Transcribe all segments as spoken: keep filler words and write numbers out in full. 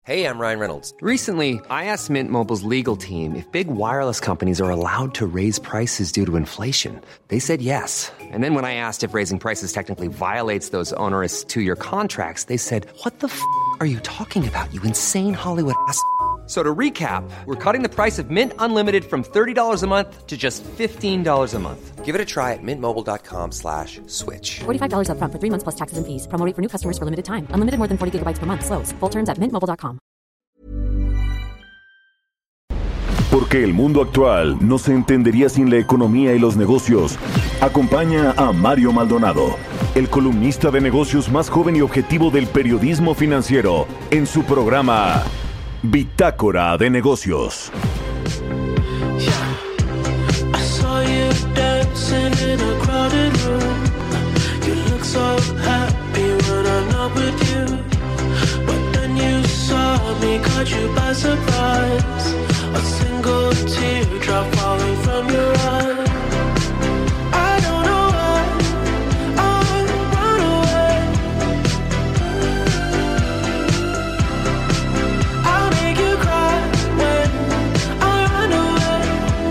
Hey, I'm Ryan Reynolds. Recently, I asked Mint Mobile's legal team if big wireless companies are allowed to raise prices due to inflation. They said yes. And then when I asked if raising prices technically violates those onerous two-year contracts, they said, what the f*** are you talking about, you insane Hollywood ass f- So to recap, we're cutting the price of Mint Unlimited from thirty dollars a month to just fifteen dollars a month. Give it a try at mintmobile.com slash switch. forty-five dollars up front for three months plus taxes and fees. Promo rate for new customers for limited time. Unlimited more than forty gigabytes per month. Slows full terms at mint mobile dot com. Porque el mundo actual no se entendería sin la economía y los negocios. Acompaña a Mario Maldonado, el columnista de negocios más joven y objetivo del periodismo financiero, en su programa Bitácora de Negocios. A single teardrop falling from your eye. I don't know why I run away. I'll make you cry when I run away.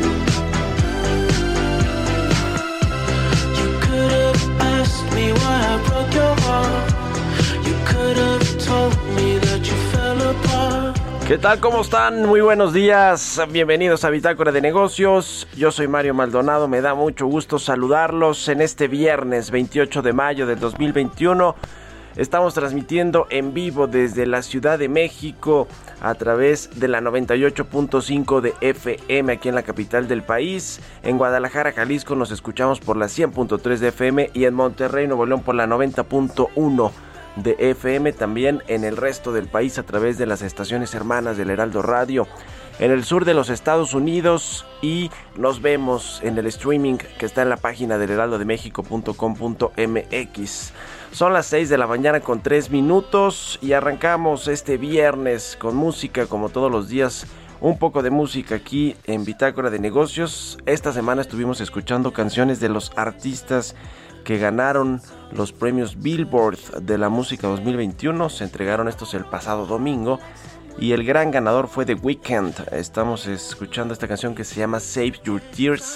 You could have asked me why I broke your heart. You could have told me that you fell apart. ¿Qué tal? ¿Cómo están? Muy buenos días. Bienvenidos a Bitácora de Negocios. Yo soy Mario Maldonado. Me da mucho gusto saludarlos en este viernes veintiocho de mayo del dos mil veintiuno. Estamos transmitiendo en vivo desde la Ciudad de México a través de la noventa y ocho punto cinco de F M aquí en la capital del país. En Guadalajara, Jalisco nos escuchamos por la cien punto tres de F M y en Monterrey, Nuevo León por la noventa punto uno de F M, también en el resto del país a través de las estaciones hermanas del Heraldo Radio, en el sur de los Estados Unidos, y nos vemos en el streaming que está en la página del heraldo de méxico punto com punto m x. Son las seis de la mañana con tres minutos y arrancamos este viernes con música como todos los días. Un poco de música aquí en Bitácora de Negocios. Esta semana estuvimos escuchando canciones de los artistas que ganaron los premios Billboard de la música dos mil veintiuno. Se entregaron estos el pasado domingo y el gran ganador fue The Weeknd. Estamos escuchando esta canción que se llama Save Your Tears.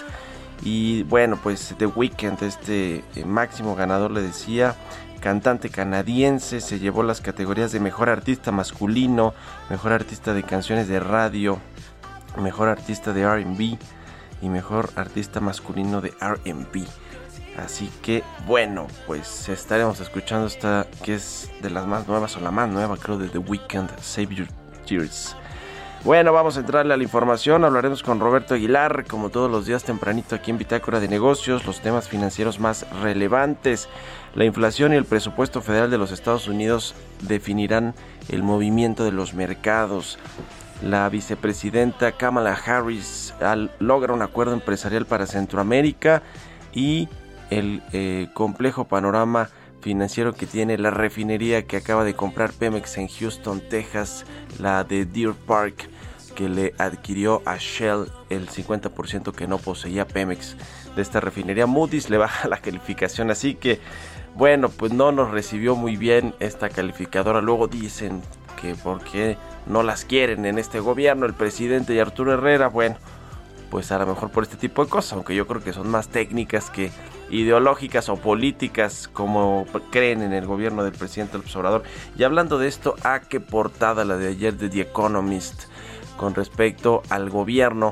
Y bueno, pues The Weeknd, este máximo ganador, le decía, cantante canadiense, se llevó las categorías de mejor artista masculino, mejor artista de canciones de radio, mejor artista de R and B y mejor artista masculino de R and B. Así que bueno, pues estaremos escuchando esta que es de las más nuevas o la más nueva, creo, de The Weeknd, Save Your Tears. Bueno, vamos a entrarle a la información. Hablaremos con Roberto Aguilar, como todos los días tempranito aquí en Bitácora de Negocios, los temas financieros más relevantes. La inflación y el presupuesto federal de los Estados Unidos definirán el movimiento de los mercados. La vicepresidenta Kamala Harris al, logra un acuerdo empresarial para Centroamérica y el eh, complejo panorama financiero que tiene la refinería que acaba de comprar Pemex en Houston, Texas, la de Deer Park, que le adquirió a Shell el cincuenta por ciento que no poseía Pemex de esta refinería. Moody's le baja la calificación, así que bueno, pues no nos recibió muy bien esta calificadora. Luego dicen que por qué no las quieren en este gobierno el presidente y Arturo Herrera. Bueno, pues a lo mejor por este tipo de cosas, aunque yo creo que son más técnicas que ideológicas o políticas, como creen en el gobierno del presidente López Obrador. Y hablando de esto, ¿a qué portada la de ayer de The Economist con respecto al gobierno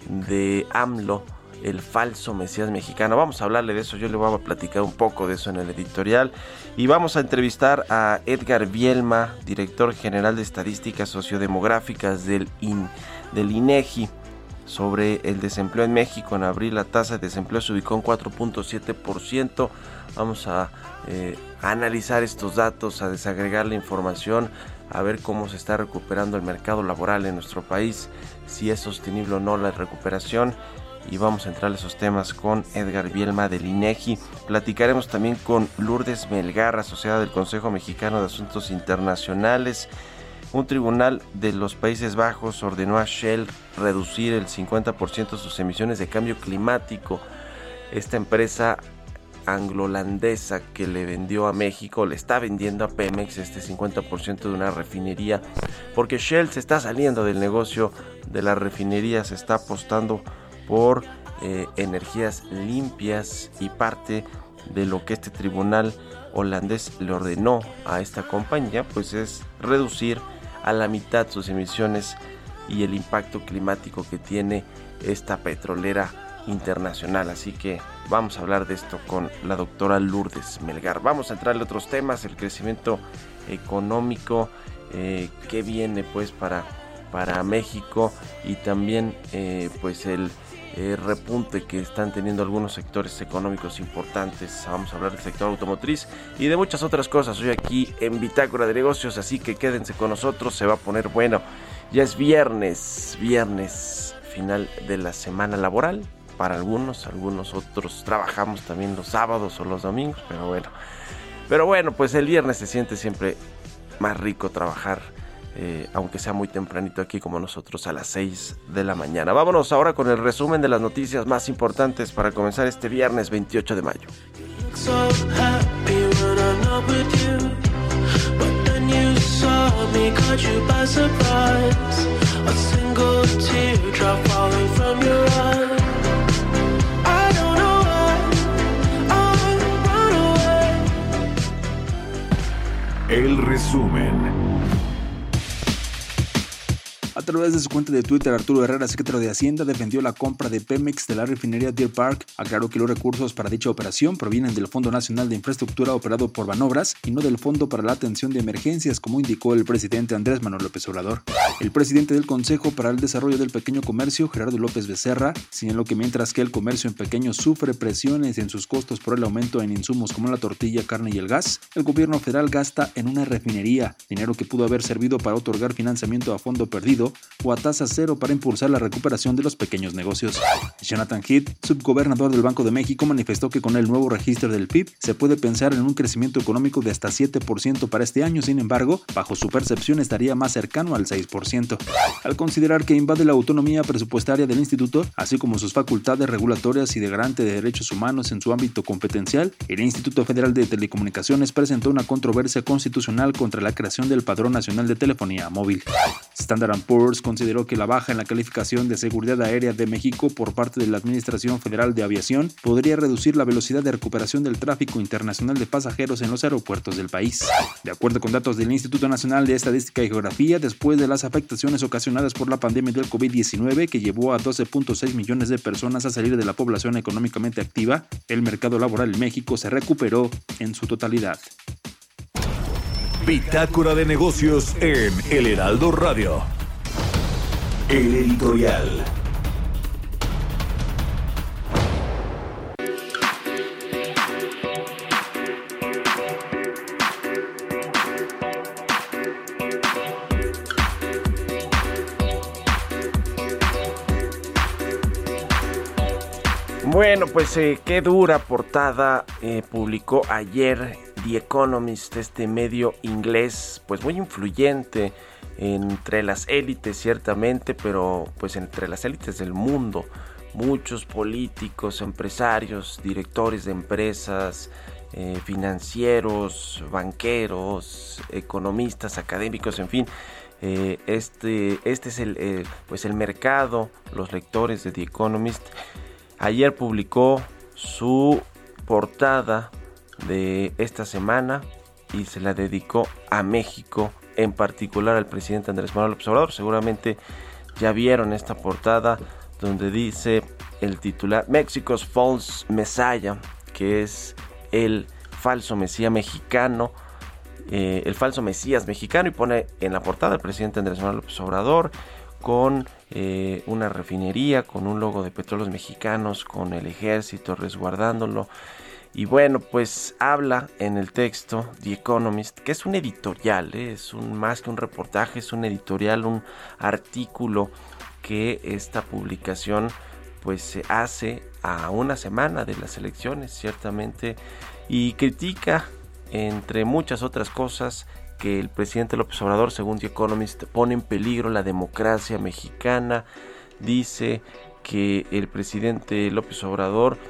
de AMLO, el falso Mesías mexicano? Vamos a hablarle de eso, yo le voy a platicar un poco de eso en el editorial. Y vamos a entrevistar a Edgar Bielma, director general de Estadísticas Sociodemográficas del, IN, del INEGI, sobre el desempleo en México. En abril la tasa de desempleo se ubicó en cuatro punto siete por ciento. Vamos a, eh, a analizar estos datos, a desagregar la información, a ver cómo se está recuperando el mercado laboral en nuestro país, si es sostenible o no la recuperación. Y vamos a entrar a esos temas con Edgar Bielma del INEGI. Platicaremos también con Lourdes Melgar, asociada del Consejo Mexicano de Asuntos Internacionales. Un tribunal de los Países Bajos ordenó a Shell reducir el cincuenta por ciento de sus emisiones de cambio climático. Esta empresa anglo-holandesa que le vendió a México, le está vendiendo a Pemex este cincuenta por ciento de una refinería, porque Shell se está saliendo del negocio de la refinería, se está apostando por eh, energías limpias, y parte de lo que este tribunal holandés le ordenó a esta compañía pues es reducir a la mitad sus emisiones y el impacto climático que tiene esta petrolera internacional. Así que vamos a hablar de esto con la doctora Lourdes Melgar. Vamos a entrarle a otros temas, el crecimiento económico eh, que viene pues para, para México, y también eh, pues el eh, repunte que están teniendo algunos sectores económicos importantes. Vamos a hablar del sector automotriz y de muchas otras cosas hoy aquí en Bitácora de Negocios, así que quédense con nosotros, se va a poner bueno. Ya es viernes, viernes final de la semana laboral. Para algunos, algunos otros trabajamos también los sábados o los domingos, pero bueno, pero bueno, pues el viernes se siente siempre más rico trabajar, eh, aunque sea muy tempranito aquí como nosotros a las seis de la mañana. Vámonos ahora con el resumen de las noticias más importantes para comenzar este viernes veintiocho de mayo. El resumen. A través de su cuenta de Twitter, Arturo Herrera, secretario de Hacienda, defendió la compra de Pemex de la refinería Deer Park. Aclaró que los recursos para dicha operación provienen del Fondo Nacional de Infraestructura operado por Banobras y no del Fondo para la Atención de Emergencias, como indicó el presidente Andrés Manuel López Obrador. El presidente del Consejo para el Desarrollo del Pequeño Comercio, Gerardo López Becerra, señaló que mientras que el comercio en pequeño sufre presiones en sus costos por el aumento en insumos como la tortilla, carne y el gas, el gobierno federal gasta en una refinería, dinero que pudo haber servido para otorgar financiamiento a fondo perdido o a tasa cero para impulsar la recuperación de los pequeños negocios. Jonathan Heath, subgobernador del Banco de México, manifestó que con el nuevo registro del P I B se puede pensar en un crecimiento económico de hasta siete por ciento para este año. Sin embargo, bajo su percepción estaría más cercano al seis por ciento. Al considerar que invade la autonomía presupuestaria del instituto, así como sus facultades regulatorias y de garante de derechos humanos en su ámbito competencial, el Instituto Federal de Telecomunicaciones presentó una controversia constitucional contra la creación del Padrón Nacional de Telefonía Móvil. Standard and Poor's consideró que la baja en la calificación de seguridad aérea de México por parte de la Administración Federal de Aviación podría reducir la velocidad de recuperación del tráfico internacional de pasajeros en los aeropuertos del país. De acuerdo con datos del Instituto Nacional de Estadística y Geografía, después de las afectaciones ocasionadas por la pandemia del COVID diecinueve, que llevó a doce punto seis millones de personas a salir de la población económicamente activa, el mercado laboral en México se recuperó en su totalidad. Bitácora de Negocios en El Heraldo Radio. El editorial. Bueno, pues eh, qué dura portada eh, publicó ayer The Economist, este medio inglés, pues muy influyente entre las élites ciertamente, pero pues entre las élites del mundo. Muchos políticos, empresarios, directores de empresas, eh, financieros, banqueros, economistas, académicos, en fin. Eh, este, este es el, eh, pues el mercado, los lectores de The Economist. Ayer publicó su portada de esta semana y se la dedicó a México, en particular al presidente Andrés Manuel López Obrador. Seguramente ya vieron esta portada donde dice el titular Mexico's False Messiah, que es el falso mesías mexicano, eh, el falso mesías mexicano, y pone en la portada el presidente Andrés Manuel López Obrador con eh, una refinería, con un logo de Petróleos Mexicanos, con el ejército resguardándolo. Y bueno, pues habla en el texto The Economist, que es un editorial, ¿eh? es un, más que un reportaje, es un editorial, un artículo que esta publicación pues se hace a una semana de las elecciones, ciertamente, y critica, entre muchas otras cosas, que el presidente López Obrador, según The Economist, pone en peligro la democracia mexicana. Dice que el presidente López Obrador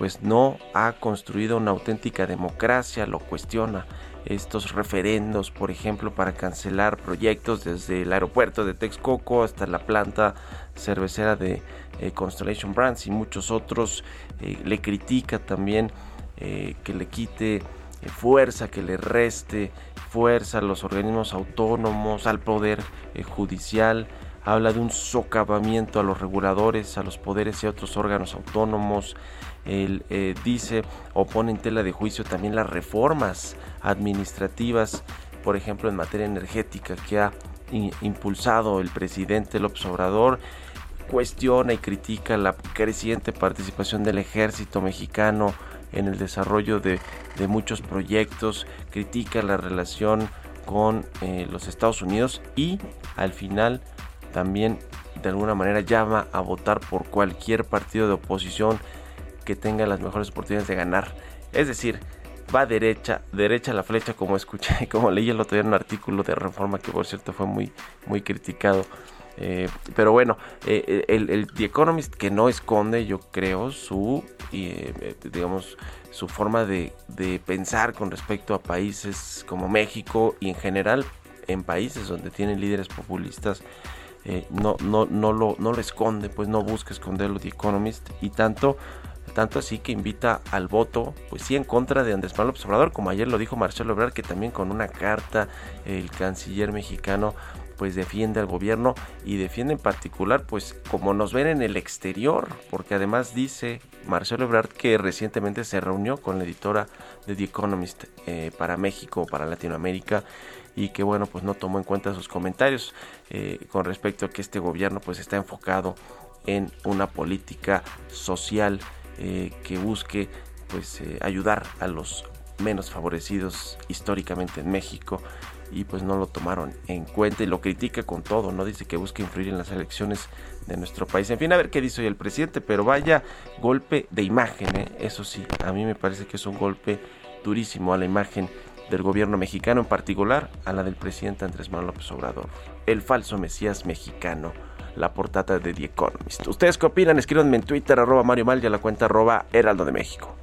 pues no ha construido una auténtica democracia, lo cuestiona. Estos referendos, por ejemplo, para cancelar proyectos desde el aeropuerto de Texcoco hasta la planta cervecera de eh, Constellation Brands y muchos otros, eh, le critica también eh, que le quite eh, fuerza, que le reste fuerza a los organismos autónomos, al poder eh, judicial. Habla de un socavamiento a los reguladores, a los poderes y a otros órganos autónomos. Él eh, dice o pone en tela de juicio también las reformas administrativas, por ejemplo en materia energética, que ha in, impulsado el presidente López Obrador. Cuestiona y critica la creciente participación del ejército mexicano en el desarrollo de, de muchos proyectos, critica la relación con eh, los Estados Unidos y al final también de alguna manera llama a votar por cualquier partido de oposición que tenga las mejores oportunidades de ganar. Es decir, va derecha, derecha la flecha, como escuché, como leí el otro día en un artículo de Reforma que por cierto fue muy, muy criticado. Eh, pero bueno, eh, el, el The Economist, que no esconde, yo creo, su eh, digamos su forma de, de pensar con respecto a países como México y en general en países donde tienen líderes populistas. Eh, no, no, no, lo, no lo esconde, pues no busca esconderlo The Economist, y tanto, tanto así que invita al voto, pues sí, en contra de Andrés Manuel López Obrador, como ayer lo dijo Marcelo Ebrard, que también con una carta el canciller mexicano pues defiende al gobierno y defiende en particular pues como nos ven en el exterior, porque además dice Marcelo Ebrard que recientemente se reunió con la editora de The Economist eh, para México, para Latinoamérica, y que bueno, pues no tomó en cuenta sus comentarios eh, con respecto a que este gobierno pues está enfocado en una política social eh, que busque pues eh, ayudar a los menos favorecidos históricamente en México, y pues no lo tomaron en cuenta y lo critica con todo, ¿no? Dice que busca influir en las elecciones de nuestro país. En fin, a ver qué dice hoy el presidente, pero vaya golpe de imagen, ¿eh? Eso sí, a mí me parece que es un golpe durísimo a la imagen del gobierno mexicano, en particular a la del presidente Andrés Manuel López Obrador, el falso mesías mexicano. La portada de The Economist. ¿Ustedes qué opinan? Escríbanme en Twitter, arroba Mario Mal, y a la cuenta arroba Heraldo de México.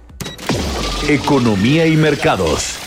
Economía y mercados.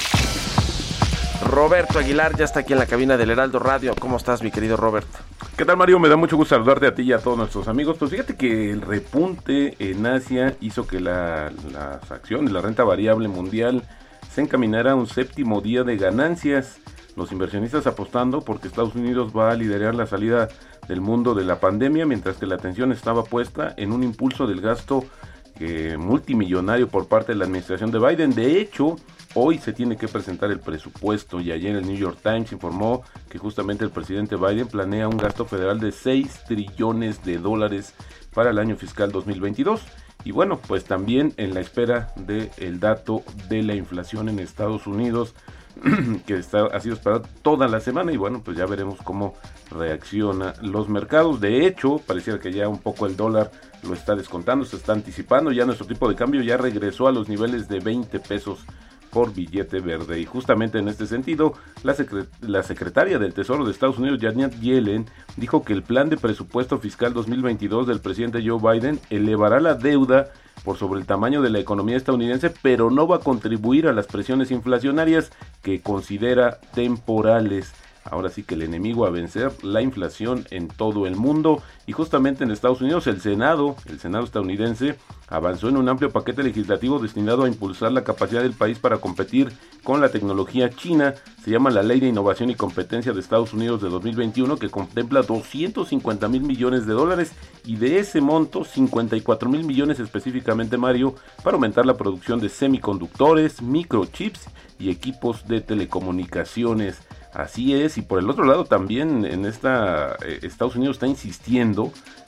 Roberto Aguilar ya está aquí en la cabina del Heraldo Radio. ¿Cómo estás, mi querido Robert? ¿Qué tal, Mario? Me da mucho gusto saludarte a ti y a todos nuestros amigos. Pues fíjate que el repunte en Asia hizo que la, las acciones, la renta variable mundial se encaminara a un séptimo día de ganancias. Los inversionistas apostando porque Estados Unidos va a liderar la salida del mundo de la pandemia, mientras que la atención estaba puesta en un impulso del gasto eh, multimillonario por parte de la administración de Biden. De hecho, hoy se tiene que presentar el presupuesto y ayer el New York Times informó que justamente el presidente Biden planea un gasto federal de seis trillones de dólares para el año fiscal dos mil veintidós. Y bueno, pues también en la espera del dato de la inflación en Estados Unidos, que está, ha sido esperado toda la semana, y bueno, pues ya veremos cómo reacciona los mercados. De hecho, pareciera que ya un poco el dólar lo está descontando, se está anticipando, ya nuestro tipo de cambio ya regresó a los niveles de veinte pesos por billete verde. Y justamente en este sentido, la, secre- la secretaria del Tesoro de Estados Unidos, Janet Yellen, dijo que el plan de presupuesto fiscal dos mil veintidós del presidente Joe Biden elevará la deuda por sobre el tamaño de la economía estadounidense, pero no va a contribuir a las presiones inflacionarias que considera temporales. Ahora sí que el enemigo a vencer, la inflación en todo el mundo. Y justamente en Estados Unidos el Senado, el Senado estadounidense, avanzó en un amplio paquete legislativo destinado a impulsar la capacidad del país para competir con la tecnología china. Se llama la Ley de Innovación y Competencia de Estados Unidos de dos mil veintiuno, que contempla doscientos cincuenta mil millones de dólares, y de ese monto cincuenta y cuatro mil millones específicamente, Mario, para aumentar la producción de semiconductores, microchips y equipos de telecomunicaciones. Así es. Y por el otro lado también en esta eh, Estados Unidos está insistiendo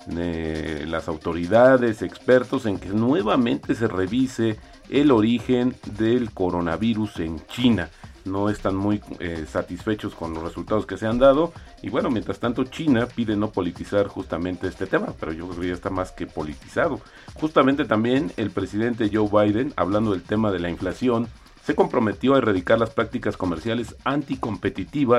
eh, las autoridades, expertos, en que nuevamente se revise el origen del coronavirus en China. No están muy eh, satisfechos con los resultados que se han dado, y bueno, mientras tanto China pide no politizar justamente este tema, pero yo creo que ya está más que politizado. Justamente también el presidente Joe Biden, hablando del tema de la inflación, se comprometió a erradicar las prácticas comerciales anticompetitivas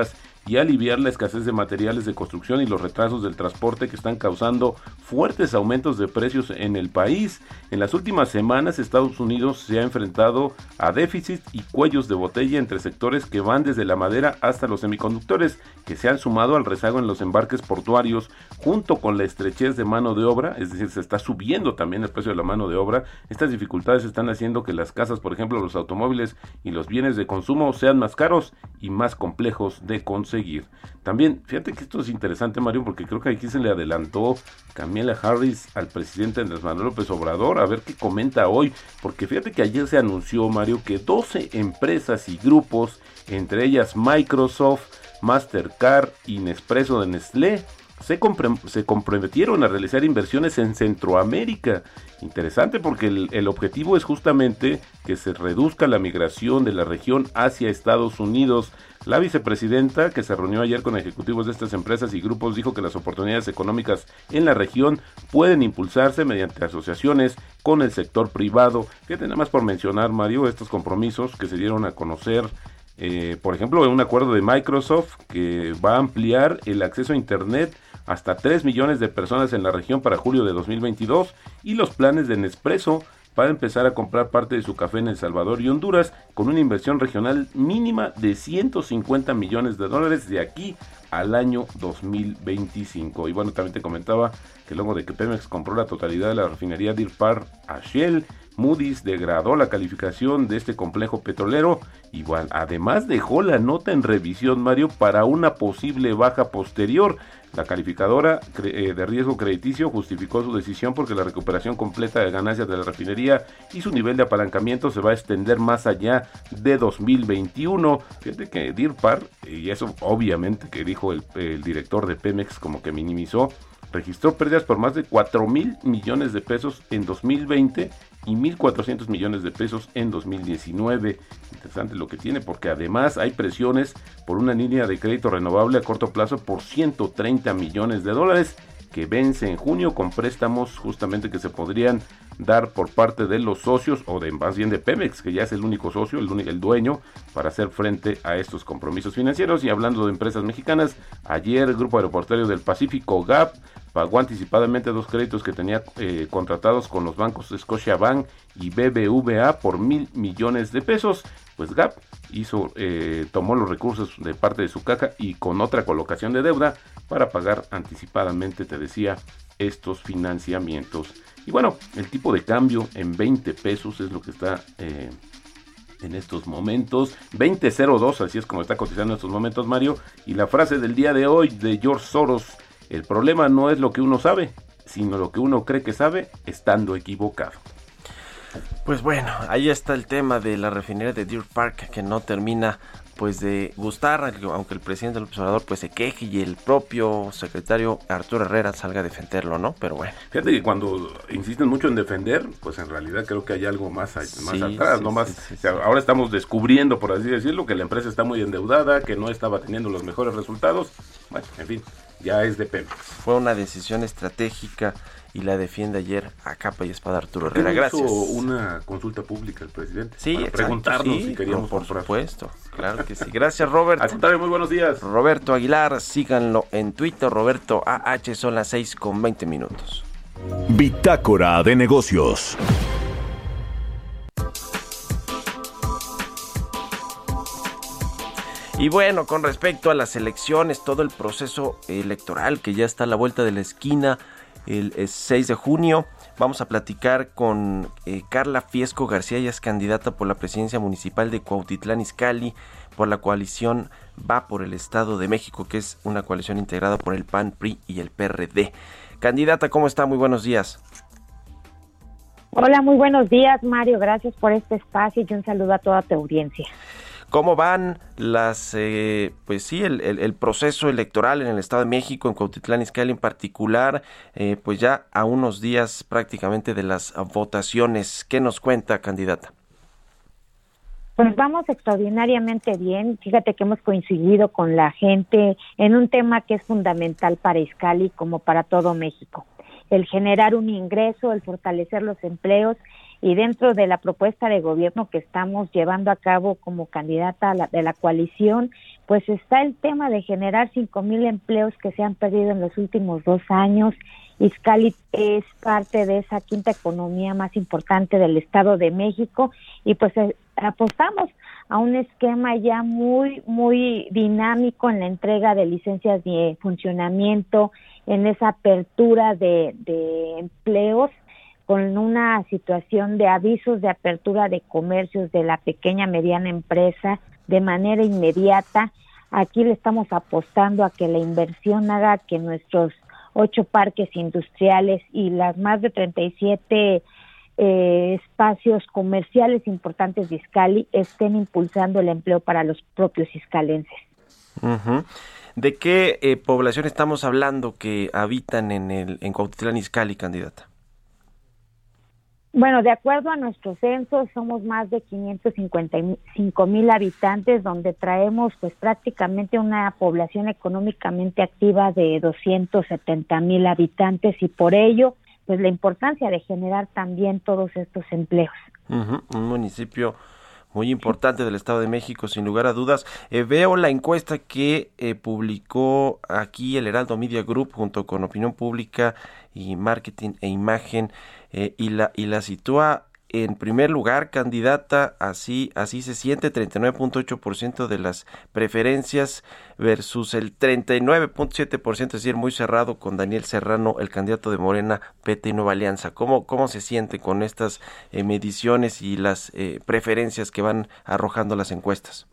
y aliviar la escasez de materiales de construcción y los retrasos del transporte que están causando fuertes aumentos de precios en el país. En las últimas semanas, Estados Unidos se ha enfrentado a déficit y cuellos de botella entre sectores que van desde la madera hasta los semiconductores, que se han sumado al rezago en los embarques portuarios, junto con la estrechez de mano de obra, es decir, se está subiendo también el precio de la mano de obra. Estas dificultades están haciendo que las casas, por ejemplo, los automóviles y los bienes de consumo sean más caros y más complejos de conseguir. También, fíjate que esto es interesante, Mario, porque creo que aquí se le adelantó Kamala Harris al presidente Andrés Manuel López Obrador, a ver qué comenta hoy, porque fíjate que ayer se anunció, Mario, que doce empresas y grupos, entre ellas Microsoft, Mastercard y Nespresso de Nestlé, Se, compre- se comprometieron a realizar inversiones en Centroamérica. Interesante, porque el, el objetivo es justamente que se reduzca la migración de la región hacia Estados Unidos. La vicepresidenta, que se reunió ayer con ejecutivos de estas empresas y grupos, dijo que las oportunidades económicas en la región pueden impulsarse mediante asociaciones con el sector privado. Fíjate, nada más por mencionar, Mario, estos compromisos que se dieron a conocer. Eh, por ejemplo, un acuerdo de Microsoft que va a ampliar el acceso a Internet hasta tres millones de personas en la región para julio de dos mil veintidós, y los planes de Nespresso para empezar a comprar parte de su café en El Salvador y Honduras con una inversión regional mínima de ciento cincuenta millones de dólares de aquí al año dos mil veinticinco. Y bueno, también te comentaba que luego de que Pemex compró la totalidad de la refinería Deer Park a Shell, Moody's degradó la calificación de este complejo petrolero y bueno, además dejó la nota en revisión, Mario, para una posible baja posterior. La calificadora de riesgo crediticio justificó su decisión porque la recuperación completa de ganancias de la refinería y su nivel de apalancamiento se va a extender más allá de dos mil veintiuno. Fíjate que Deer Park, y eso obviamente que dijo el, el director de Pemex, como que minimizó, registró pérdidas por más de cuatro mil millones de pesos en dos mil veinte y mil cuatrocientos millones de pesos en dos mil diecinueve. Interesante lo que tiene, porque además hay presiones por una línea de crédito renovable a corto plazo por ciento treinta millones de dólares que vence en junio, con préstamos justamente que se podrían dar por parte de los socios, o de más bien de Pemex, que ya es el único socio, el, único, el dueño, para hacer frente a estos compromisos financieros. Y hablando de empresas mexicanas, ayer el Grupo Aeroportuario del Pacífico, G A P, pagó anticipadamente dos créditos que tenía eh, contratados con los bancos Scotiabank y B B V A por mil millones de pesos. Pues G A P hizo, eh, tomó los recursos de parte de su caja y con otra colocación de deuda para pagar anticipadamente, te decía, estos financiamientos. Y bueno, el tipo de cambio en veinte pesos es lo que está eh, en estos momentos, veinte cero dos, así es como está cotizando en estos momentos, Mario. Y la frase del día de hoy de George Soros: el problema no es lo que uno sabe, sino lo que uno cree que sabe estando equivocado. Pues bueno, ahí está el tema de la refinería de Deer Park, que no termina pues de gustar, aunque el presidente López Obrador pues se queje y el propio secretario Arturo Herrera salga a defenderlo, ¿no? Pero bueno. Fíjate que cuando insisten mucho en defender, pues en realidad creo que hay algo más, más sí, atrás, sí, ¿no? Más, sí, sí, o sea, sí. Ahora estamos descubriendo, por así decirlo, que la empresa está muy endeudada, que no estaba teniendo los mejores resultados. Bueno, en fin, ya es de Pemex. Fue una decisión estratégica y la defiende ayer a capa y espada Arturo Herrera. ¿No Gracias. hizo una consulta pública el presidente? Sí, para exacto, preguntarnos sí, si queríamos por comprar. supuesto, claro que sí. Gracias, Robert. Al contrario, muy buenos días. Roberto Aguilar, síganlo en Twitter, Roberto A H, son las seis con veinte minutos. Bitácora de negocios. Y bueno, con respecto a las elecciones, todo el proceso electoral que ya está a la vuelta de la esquina, el, el seis de junio, vamos a platicar con eh, Carla Fiesco García. Ella es candidata por la presidencia municipal de Cuautitlán Izcalli por la coalición Va por el Estado de México, que es una coalición integrada por el P A N, P R I y el P R D. Candidata, ¿cómo está? Muy buenos días. Hola, muy buenos días, Mario. Gracias por este espacio y un saludo a toda tu audiencia. ¿Cómo van las, eh, pues sí, el, el, el proceso electoral en el Estado de México, en Cuautitlán Izcalli en particular, eh, pues ya a unos días prácticamente de las votaciones? ¿Qué nos cuenta, candidata? Pues vamos extraordinariamente bien. Fíjate que hemos coincidido con la gente en un tema que es fundamental para Izcalli como para todo México: el generar un ingreso, el fortalecer los empleos. Y dentro de la propuesta de gobierno que estamos llevando a cabo como candidata a la, de la coalición, pues está el tema de generar cinco mil empleos que se han perdido en los últimos dos años. Izcalli es parte de esa quinta economía más importante del Estado de México y pues eh, apostamos a un esquema ya muy, muy dinámico en la entrega de licencias de funcionamiento, en esa apertura de, de empleos, con una situación de avisos de apertura de comercios de la pequeña mediana empresa de manera inmediata. Aquí le estamos apostando a que la inversión haga que nuestros ocho parques industriales y las más de treinta y siete eh, espacios comerciales importantes de Izcalli estén impulsando el empleo para los propios izcalenses. Uh-huh. ¿De qué eh, población estamos hablando que habitan en el en Cuautitlán Izcalli, candidata? Bueno, de acuerdo a nuestro censo, somos más de quinientos cincuenta y cinco mil habitantes, donde traemos pues prácticamente una población económicamente activa de doscientos setenta mil habitantes y por ello, pues la importancia de generar también todos estos empleos. Uh-huh. Un municipio muy importante del Estado de México, sin lugar a dudas. Eh, veo la encuesta que eh, publicó aquí el Heraldo Media Group junto con Opinión Pública y Marketing e Imagen eh, y la y la sitúa en primer lugar, candidata, así así se siente, treinta y nueve punto ocho por ciento de las preferencias versus el treinta y nueve punto siete por ciento, es decir, muy cerrado con Daniel Serrano, el candidato de Morena, P T y Nueva Alianza. ¿Cómo, cómo se siente con estas eh, mediciones y las eh, preferencias que van arrojando las encuestas?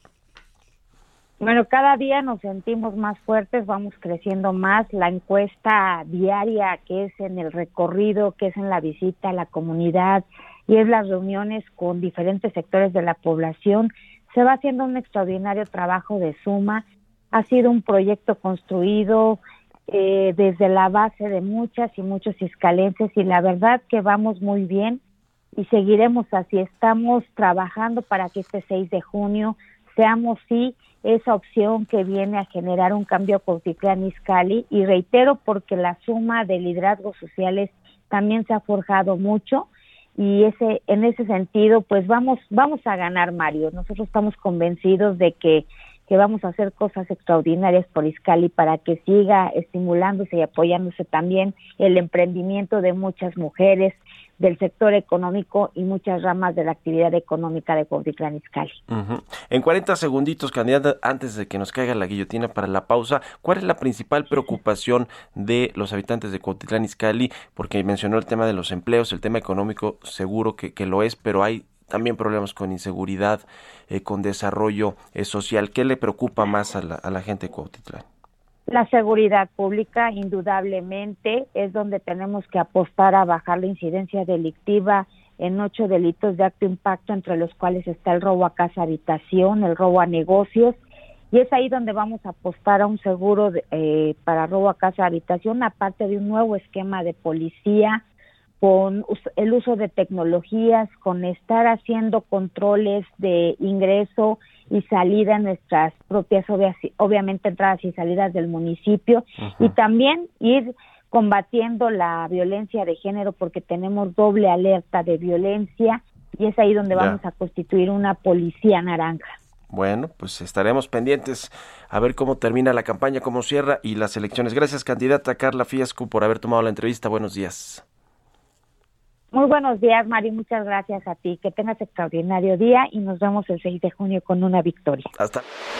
Bueno, cada día nos sentimos más fuertes, vamos creciendo más. La encuesta diaria que es en el recorrido, que es en la visita a la comunidad y es las reuniones con diferentes sectores de la población, se va haciendo un extraordinario trabajo de suma. Ha sido un proyecto construido eh, desde la base de muchas y muchos izcalenses y la verdad que vamos muy bien y seguiremos así. Estamos trabajando para que este seis de junio seamos sí esa opción que viene a generar un cambio a Cuautitlán Izcalli y reitero porque la suma de liderazgos sociales también se ha forjado mucho y ese en ese sentido pues vamos vamos a ganar, Mario. Nosotros estamos convencidos de que que vamos a hacer cosas extraordinarias por Izcalli para que siga estimulándose y apoyándose también el emprendimiento de muchas mujeres del sector económico y muchas ramas de la actividad económica de Cuautitlán Izcalli. Uh-huh. En cuarenta segunditos, candidata, antes de que nos caiga la guillotina para la pausa, ¿cuál es la principal preocupación de los habitantes de Cuautitlán Izcalli? Porque mencionó el tema de los empleos, el tema económico seguro que, que lo es, pero hay también problemas con inseguridad, eh, con desarrollo eh, social. ¿Qué le preocupa más a la, a la gente de Cuautitlán? La seguridad pública, indudablemente, es donde tenemos que apostar a bajar la incidencia delictiva en ocho delitos de alto impacto, entre los cuales está el robo a casa habitación, el robo a negocios, y es ahí donde vamos a apostar a un seguro de, eh, para robo a casa habitación, aparte de un nuevo esquema de policía, con el uso de tecnologías, con estar haciendo controles de ingreso y salida en nuestras propias, obviamente, entradas y salidas del municipio, uh-huh. y también ir combatiendo la violencia de género, porque tenemos doble alerta de violencia, y es ahí donde ya vamos a constituir una policía naranja. Bueno, pues estaremos pendientes a ver cómo termina la campaña, cómo cierra y las elecciones. Gracias, candidata Carla Fiesco, por haber tomado la entrevista. Buenos días. Muy buenos días, Mari, muchas gracias a ti. Que tengas extraordinario día y nos vemos el seis de junio con una victoria. Hasta.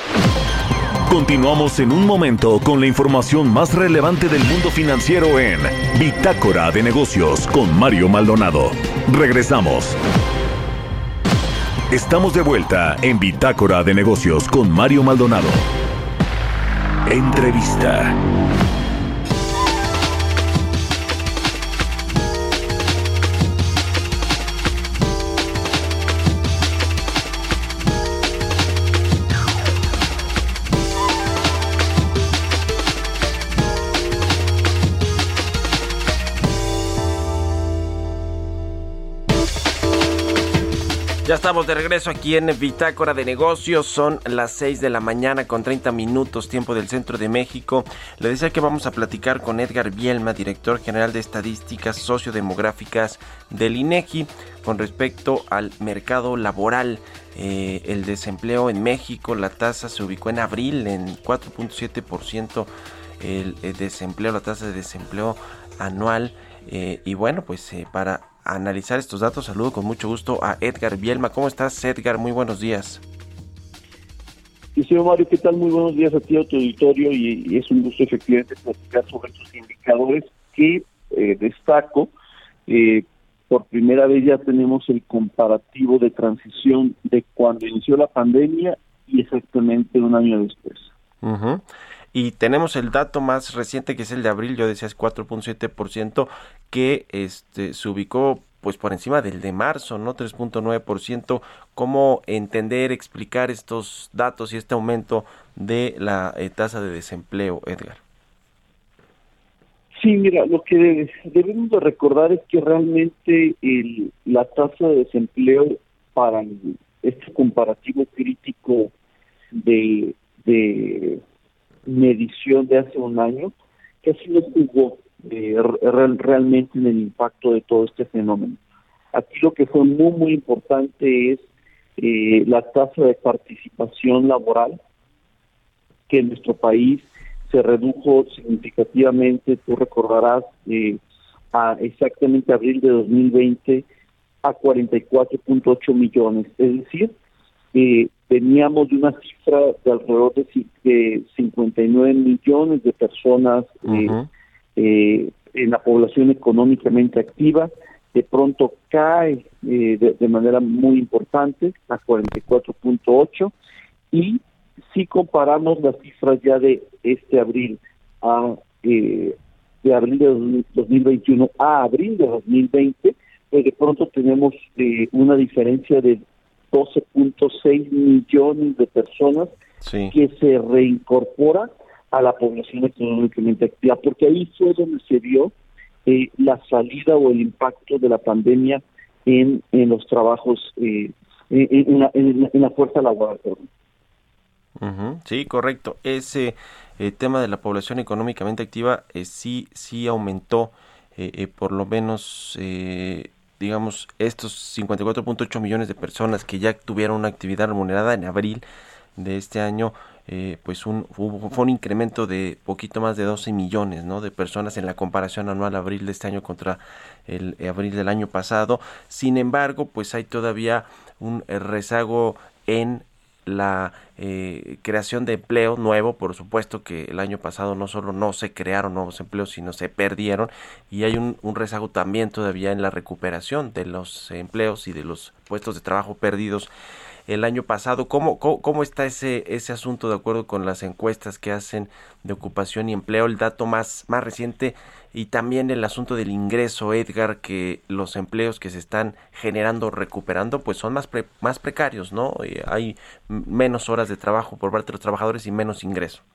Continuamos en un momento con la información más relevante del mundo financiero en Bitácora de Negocios con Mario Maldonado. Regresamos. Estamos de vuelta en Bitácora de Negocios con Mario Maldonado. Entrevista. Ya Ya estamos de regreso aquí en Bitácora de Negocios. Son las seis de la mañana con treinta minutos, tiempo del centro de México. Le decía que vamos a platicar con Edgar Bielma, director general de Estadísticas Sociodemográficas del INEGI, con respecto al mercado laboral. Eh, el desempleo en México, la tasa se ubicó en abril en cuatro punto siete por ciento. El, el desempleo, la tasa de desempleo anual. Eh, y bueno, pues eh, para analizar estos datos, saludo con mucho gusto a Edgar Bielma. ¿Cómo estás, Edgar? Muy buenos días. Sí, señor Mario, ¿qué tal? Muy buenos días a ti, a tu auditorio, y, y es un gusto efectivamente platicar sobre estos indicadores que eh, destaco. Eh, por primera vez ya tenemos el comparativo de transición de cuando inició la pandemia y exactamente un año después. Uh-huh. Y tenemos el dato más reciente, que es el de abril, yo decía es cuatro punto siete por ciento, que este se ubicó pues por encima del de marzo, ¿no? tres punto nueve por ciento. ¿Cómo entender, explicar estos datos y este aumento de la eh, tasa de desempleo, Edgar? Sí, mira, lo que debemos de recordar es que realmente el, la tasa de desempleo para el, este comparativo crítico de... de medición de hace un año, casi no jugó eh, real, realmente en el impacto de todo este fenómeno. Aquí lo que fue muy, muy importante es eh, la tasa de participación laboral, que en nuestro país se redujo significativamente, tú recordarás, eh, a exactamente abril de dos mil veinte a cuarenta y cuatro punto ocho millones, es decir, eh, teníamos de una cifra de alrededor de, de cincuenta y nueve millones de personas eh, uh-huh. eh, en la población económicamente activa. De pronto cae eh, de, de manera muy importante a cuarenta y cuatro punto ocho, y si comparamos las cifras ya de este abril a eh, de abril de dos mil veintiuno a abril de dos mil veinte, pues de pronto tenemos eh, una diferencia de doce punto seis millones de personas sí. que se reincorporan a la población económicamente activa, porque ahí fue donde se vio eh, la salida o el impacto de la pandemia en, en los trabajos, eh, en, en, la, en, la, en la fuerza laboral. Uh-huh. Sí, correcto. Ese eh, tema de la población económicamente activa eh, sí, sí aumentó, eh, eh, por lo menos... Eh, digamos, estos cincuenta y cuatro punto ocho millones de personas que ya tuvieron una actividad remunerada en abril de este año, eh, pues un, hubo, fue un incremento de poquito más de doce millones, ¿no?, de personas en la comparación anual abril de este año contra el abril del año pasado. Sin embargo, pues hay todavía un rezago en la eh, creación de empleo nuevo. Por supuesto que el año pasado no solo no se crearon nuevos empleos, sino se perdieron, y hay un, un rezago también todavía en la recuperación de los empleos y de los puestos de trabajo perdidos el año pasado. ¿Cómo, cómo, cómo está ese, ese asunto de acuerdo con las encuestas que hacen de ocupación y empleo? El dato más, más reciente, y también el asunto del ingreso, Edgar, que los empleos que se están generando, recuperando, pues son más pre, más precarios, ¿no? Eh, hay menos horas de trabajo por parte de los trabajadores y menos ingreso.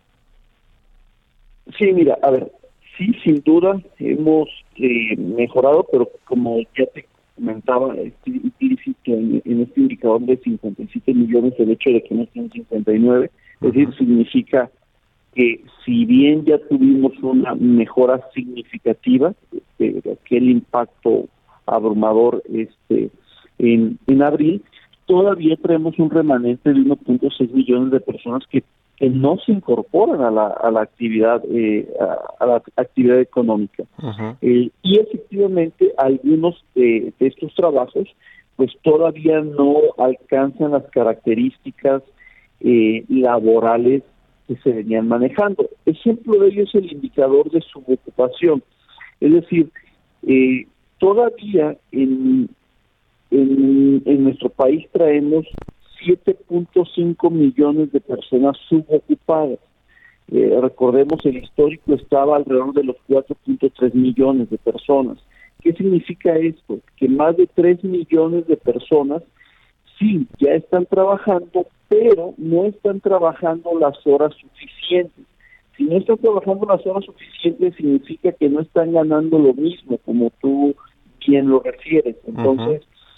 Sí, mira, a ver, sí, sin duda hemos eh, mejorado, pero como ya te comentaba, este implícito en, en este indicador de cincuenta y siete millones, el hecho de que no estén cincuenta y nueve, uh-huh. es decir, significa que si bien ya tuvimos una mejora significativa de, de aquel impacto abrumador este en, en abril, todavía traemos un remanente de uno punto seis millones de personas que, que no se incorporan a la, a la actividad eh, a, a la actividad económica. Uh-huh. Eh, y efectivamente algunos de, de estos trabajos pues todavía no alcanzan las características eh, laborales que se venían manejando. Ejemplo de ello es el indicador de subocupación. Es decir, eh, todavía en, en, en nuestro país traemos siete punto cinco millones de personas subocupadas. Eh, recordemos, el histórico estaba alrededor de los cuatro punto tres millones de personas. ¿Qué significa esto? Que más de tres millones de personas sí, ya están trabajando, pero no están trabajando las horas suficientes. Si no están trabajando las horas suficientes, significa que no están ganando lo mismo, como tú bien lo refieres. Entonces, uh-huh.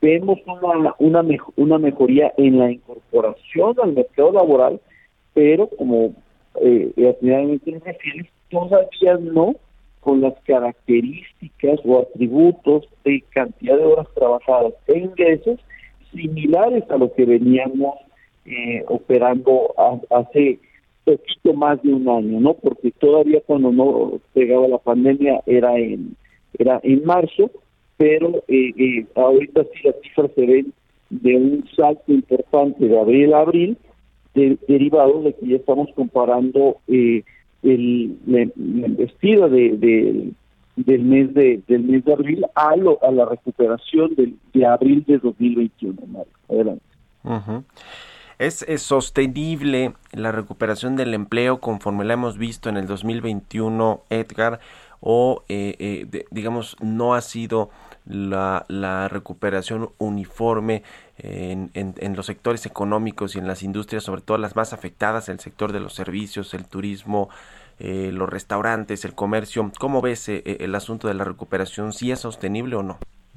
vemos una una, mejo- una mejoría en la incorporación al mercado laboral, pero como eh, finalmente nos refieres, todavía no con las características o atributos de cantidad de horas trabajadas e ingresos similares a lo que veníamos eh, operando a, hace poquito más de un año, ¿no? Porque todavía cuando no pegaba la pandemia era en era en marzo, pero eh, eh, ahorita sí las cifras se ven de un salto importante de abril a abril, de, derivado de que ya estamos comparando eh, el, la, la embestida de, de, del mes de del mes de abril a, lo, a la recuperación de, de abril de dos mil veintiuno. Mario. Adelante. Uh-huh. ¿Es, ¿Es sostenible la recuperación del empleo conforme la hemos visto en el dos mil veintiuno, Edgar? ¿O, eh, eh, de, digamos, no ha sido la, la recuperación uniforme en, en, en los sectores económicos y en las industrias, sobre todo las más afectadas, el sector de los servicios, el turismo, eh, los restaurantes, el comercio? ¿Cómo ves eh, el asunto de la recuperación? ¿Sí es sostenible o no?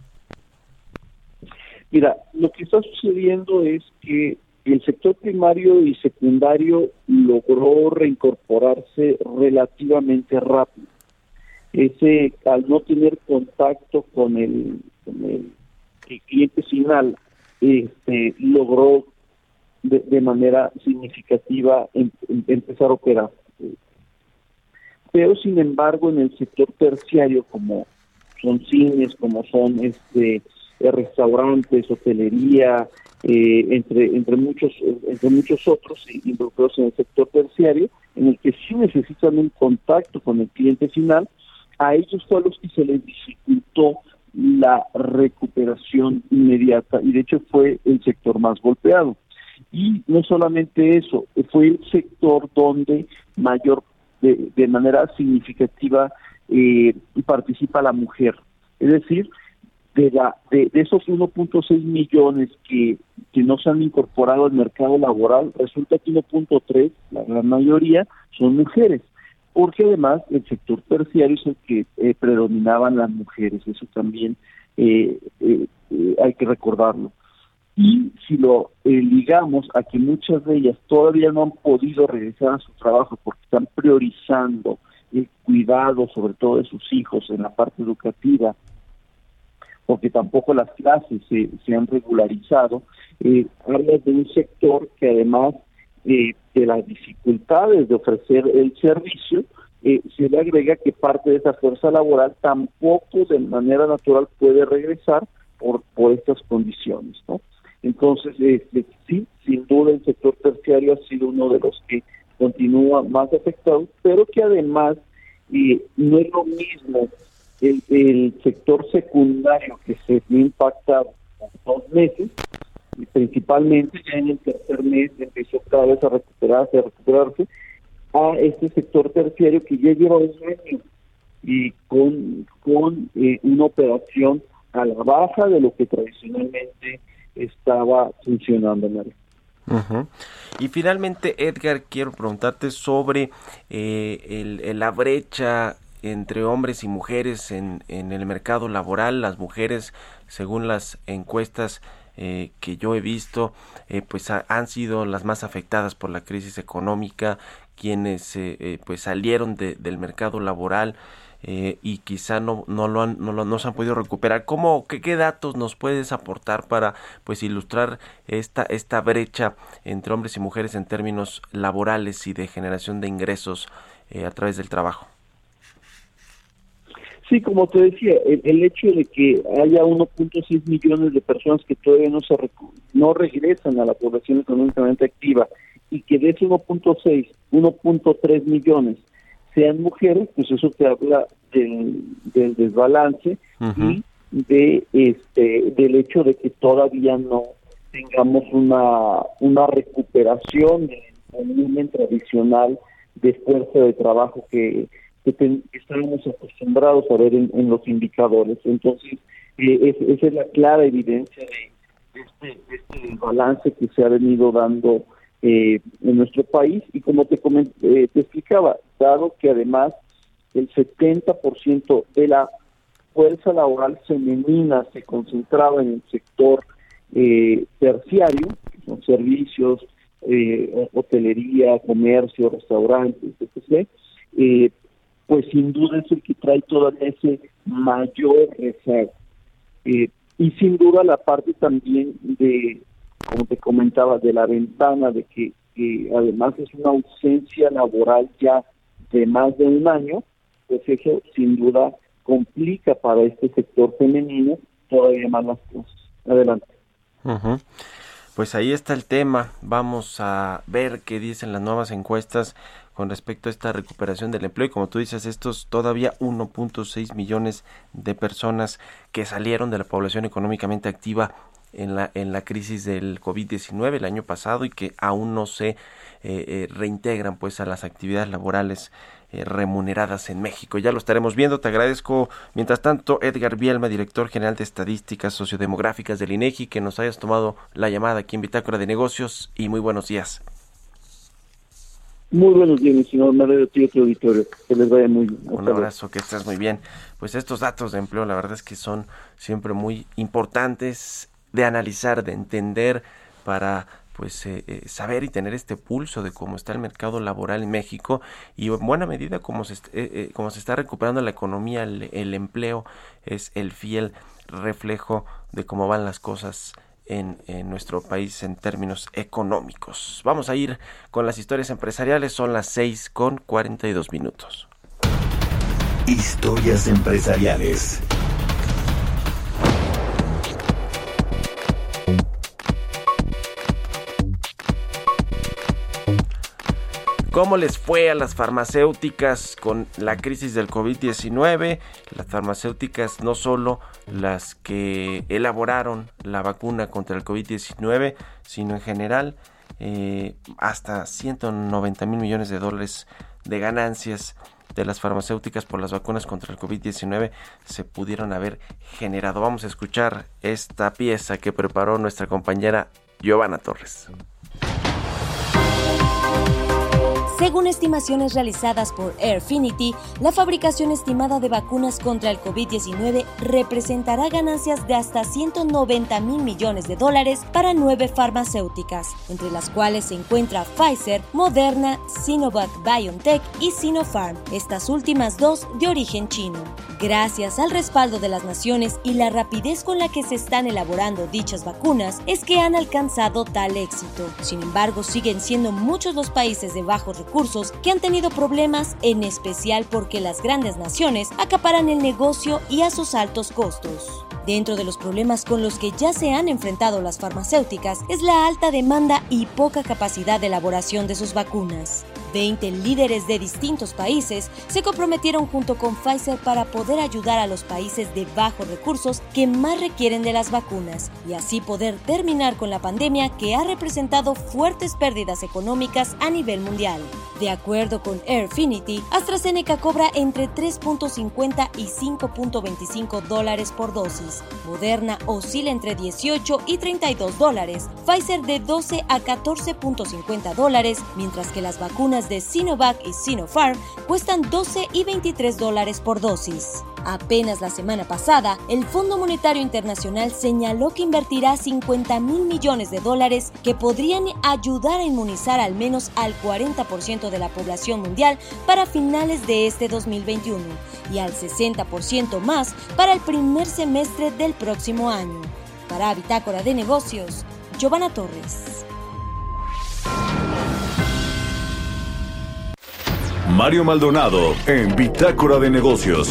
Mira, lo que está sucediendo es que el sector primario y secundario logró reincorporarse relativamente rápido. Ese, al no tener contacto con el, con el, el cliente final, este, logró de, de manera significativa em, em, empezar a operar. Pero sin embargo, en el sector terciario, como son cines, como son este restaurantes, hotelería, eh, entre entre muchos entre muchos otros involucrados en el sector terciario, en el que sí necesitan un contacto con el cliente final, a ellos fue a los que se les dificultó la recuperación inmediata, y de hecho fue el sector más golpeado. Y no solamente eso, fue el sector donde mayor, de, de manera significativa, eh, participa la mujer. Es decir, de, la, de, de esos uno punto seis millones que, que no se han incorporado al mercado laboral, resulta que uno punto tres, la gran mayoría, son mujeres. Porque además el sector terciario es el que eh, predominaban las mujeres, eso también eh, eh, eh, hay que recordarlo. Y si lo eh, ligamos a que muchas de ellas todavía no han podido regresar a su trabajo porque están priorizando el cuidado sobre todo de sus hijos en la parte educativa, porque tampoco las clases se, se han regularizado, eh, hablas de un sector que además eh, de las dificultades de ofrecer el servicio, eh, se le agrega que parte de esa fuerza laboral tampoco de manera natural puede regresar por, por estas condiciones, ¿no? Entonces, este, sí, sin duda el sector terciario ha sido uno de los que continúa más afectado, pero que además eh, no es lo mismo el, el sector secundario que se vio impactado por dos meses, y principalmente ya en el tercer mes empezó cada vez a recuperarse, a recuperarse, a este sector terciario que ya lleva un año y con, con eh, una operación a la baja de lo que tradicionalmente estaba funcionando, Mario. Uh-huh. Y finalmente, Edgar, quiero preguntarte sobre eh, el, el, la brecha entre hombres y mujeres en, en el mercado laboral. Las mujeres, según las encuestas eh, que yo he visto, eh, pues a, han sido las más afectadas por la crisis económica, quienes eh, eh, pues salieron de, del mercado laboral eh, y quizá no no lo han no, lo, no se han podido recuperar. ¿Cómo qué, qué datos nos puedes aportar para pues ilustrar esta esta brecha entre hombres y mujeres en términos laborales y de generación de ingresos eh, a través del trabajo? Sí, como te decía, el, el hecho de que haya uno punto seis millones de personas que todavía no se recu- no regresan a la población económicamente activa, y que de ese uno punto seis, uno punto tres millones sean mujeres, pues eso te habla del, del desbalance uh-huh. y de este del hecho de que todavía no tengamos una una recuperación del volumen tradicional de fuerza de trabajo que que, ten, que estábamos acostumbrados a ver en, en los indicadores. Entonces, eh, es, esa es la clara evidencia de este, de este balance que se ha venido dando eh, en nuestro país. Y como te, coment, eh, te explicaba, dado que además el setenta por ciento de la fuerza laboral femenina se concentraba en el sector eh, terciario, que son servicios, eh, hotelería, comercio, restaurantes, etcétera, eh, pues sin duda es el que trae todavía ese mayor rezago. Eh, y sin duda la parte también de, como te comentaba, de la ventana, de que, que además es una ausencia laboral ya de más de un año, pues eso sin duda complica para este sector femenino todavía más las cosas. Adelante. Uh-huh. Pues ahí está el tema. Vamos a ver qué dicen las nuevas encuestas con respecto a esta recuperación del empleo. Y como tú dices, estos todavía uno punto seis millones de personas que salieron de la población económicamente activa en la en la crisis del covid diecinueve el año pasado y que aún no se eh, eh, reintegran pues a las actividades laborales eh, remuneradas en México. Ya lo estaremos viendo. Te agradezco, mientras tanto, Edgar Bielma, director general de Estadísticas Sociodemográficas del INEGI, que nos hayas tomado la llamada aquí en Bitácora de Negocios, y muy buenos días. Muy buenos días, mi señor Mario, tío, tu auditorio. Que les vaya muy bien. Un abrazo, que estés muy bien. Pues estos datos de empleo, la verdad es que son siempre muy importantes de analizar, de entender, para pues eh, eh, saber y tener este pulso de cómo está el mercado laboral en México, y en buena medida cómo se, eh, eh, cómo se está recuperando la economía. El, el empleo es el fiel reflejo de cómo van las cosas en, en nuestro país en términos económicos. Vamos a ir con las historias empresariales. Son las seis con cuarenta y dos minutos. Historias empresariales. ¿Cómo les fue a las farmacéuticas con la crisis del covid diecinueve? Las farmacéuticas, no solo las que elaboraron la vacuna contra el covid diecinueve, sino en general eh, hasta ciento noventa mil millones de dólares de ganancias de las farmacéuticas por las vacunas contra el covid diecinueve se pudieron haber generado. Vamos a escuchar esta pieza que preparó nuestra compañera Giovanna Torres. Según estimaciones realizadas por Airfinity, la fabricación estimada de vacunas contra el covid diecinueve representará ganancias de hasta ciento noventa mil millones de dólares para nueve farmacéuticas, entre las cuales se encuentra Pfizer, Moderna, Sinovac BioNTech y Sinopharm, estas últimas dos de origen chino. Gracias al respaldo de las naciones y la rapidez con la que se están elaborando dichas vacunas, es que han alcanzado tal éxito. Sin embargo, siguen siendo muchos los países de bajos recursos que han tenido problemas, en especial porque las grandes naciones acaparan el negocio y a sus altos costos. Dentro de los problemas con los que ya se han enfrentado las farmacéuticas es la alta demanda y poca capacidad de elaboración de sus vacunas. veinte líderes de distintos países se comprometieron junto con Pfizer para poder ayudar a los países de bajos recursos que más requieren de las vacunas y así poder terminar con la pandemia que ha representado fuertes pérdidas económicas a nivel mundial. De acuerdo con Airfinity, AstraZeneca cobra entre tres punto cincuenta y cinco punto veinticinco dólares por dosis. Moderna oscila entre dieciocho y treinta y dos dólares, Pfizer de doce a catorce punto cincuenta dólares, mientras que las vacunas de Sinovac y Sinopharm cuestan doce y veintitrés dólares por dosis. Apenas la semana pasada, el Fondo Monetario Internacional señaló que invertirá cincuenta mil millones de dólares que podrían ayudar a inmunizar al menos al cuarenta por ciento de la población mundial para finales de este dos mil veintiuno y al sesenta por ciento más para el primer semestre del próximo año. Para Bitácora de Negocios, Giovanna Torres. Mario Maldonado en Bitácora de Negocios.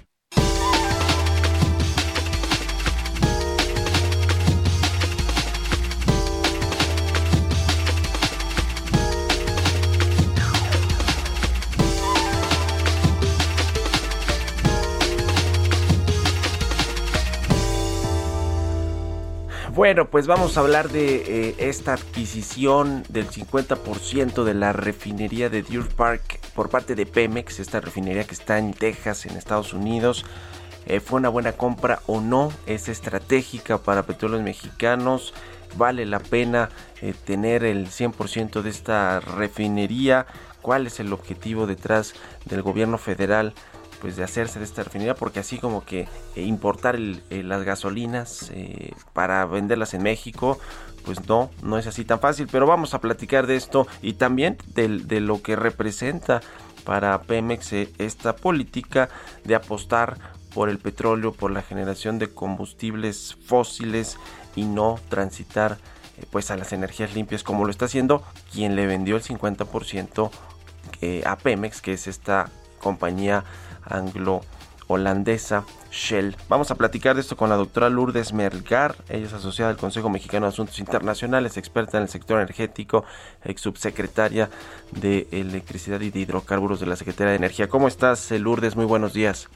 Bueno, pues vamos a hablar de eh, esta adquisición del cincuenta por ciento de la refinería de Deer Park por parte de Pemex, esta refinería que está en Texas, en Estados Unidos. Eh, ¿Fue una buena compra o no? ¿Es estratégica para Petróleos Mexicanos? ¿Vale la pena eh, tener el cien por ciento de esta refinería? ¿Cuál es el objetivo detrás del gobierno federal pues de hacerse de esta refinería, porque así como que eh, importar el, eh, las gasolinas eh, para venderlas en México, pues no, no es así tan fácil. Pero vamos a platicar de esto y también de, de lo que representa para Pemex eh, esta política de apostar por el petróleo, por la generación de combustibles fósiles y no transitar eh, pues a las energías limpias, como lo está haciendo quien le vendió el cincuenta por ciento eh, a Pemex, que es esta compañía anglo-holandesa Shell. Vamos a platicar de esto con la doctora Lourdes Melgar. Ella es asociada del Consejo Mexicano de Asuntos Internacionales, experta en el sector energético, ex subsecretaria de Electricidad y de Hidrocarburos de la Secretaría de Energía. ¿Cómo estás, Lourdes? Muy buenos días.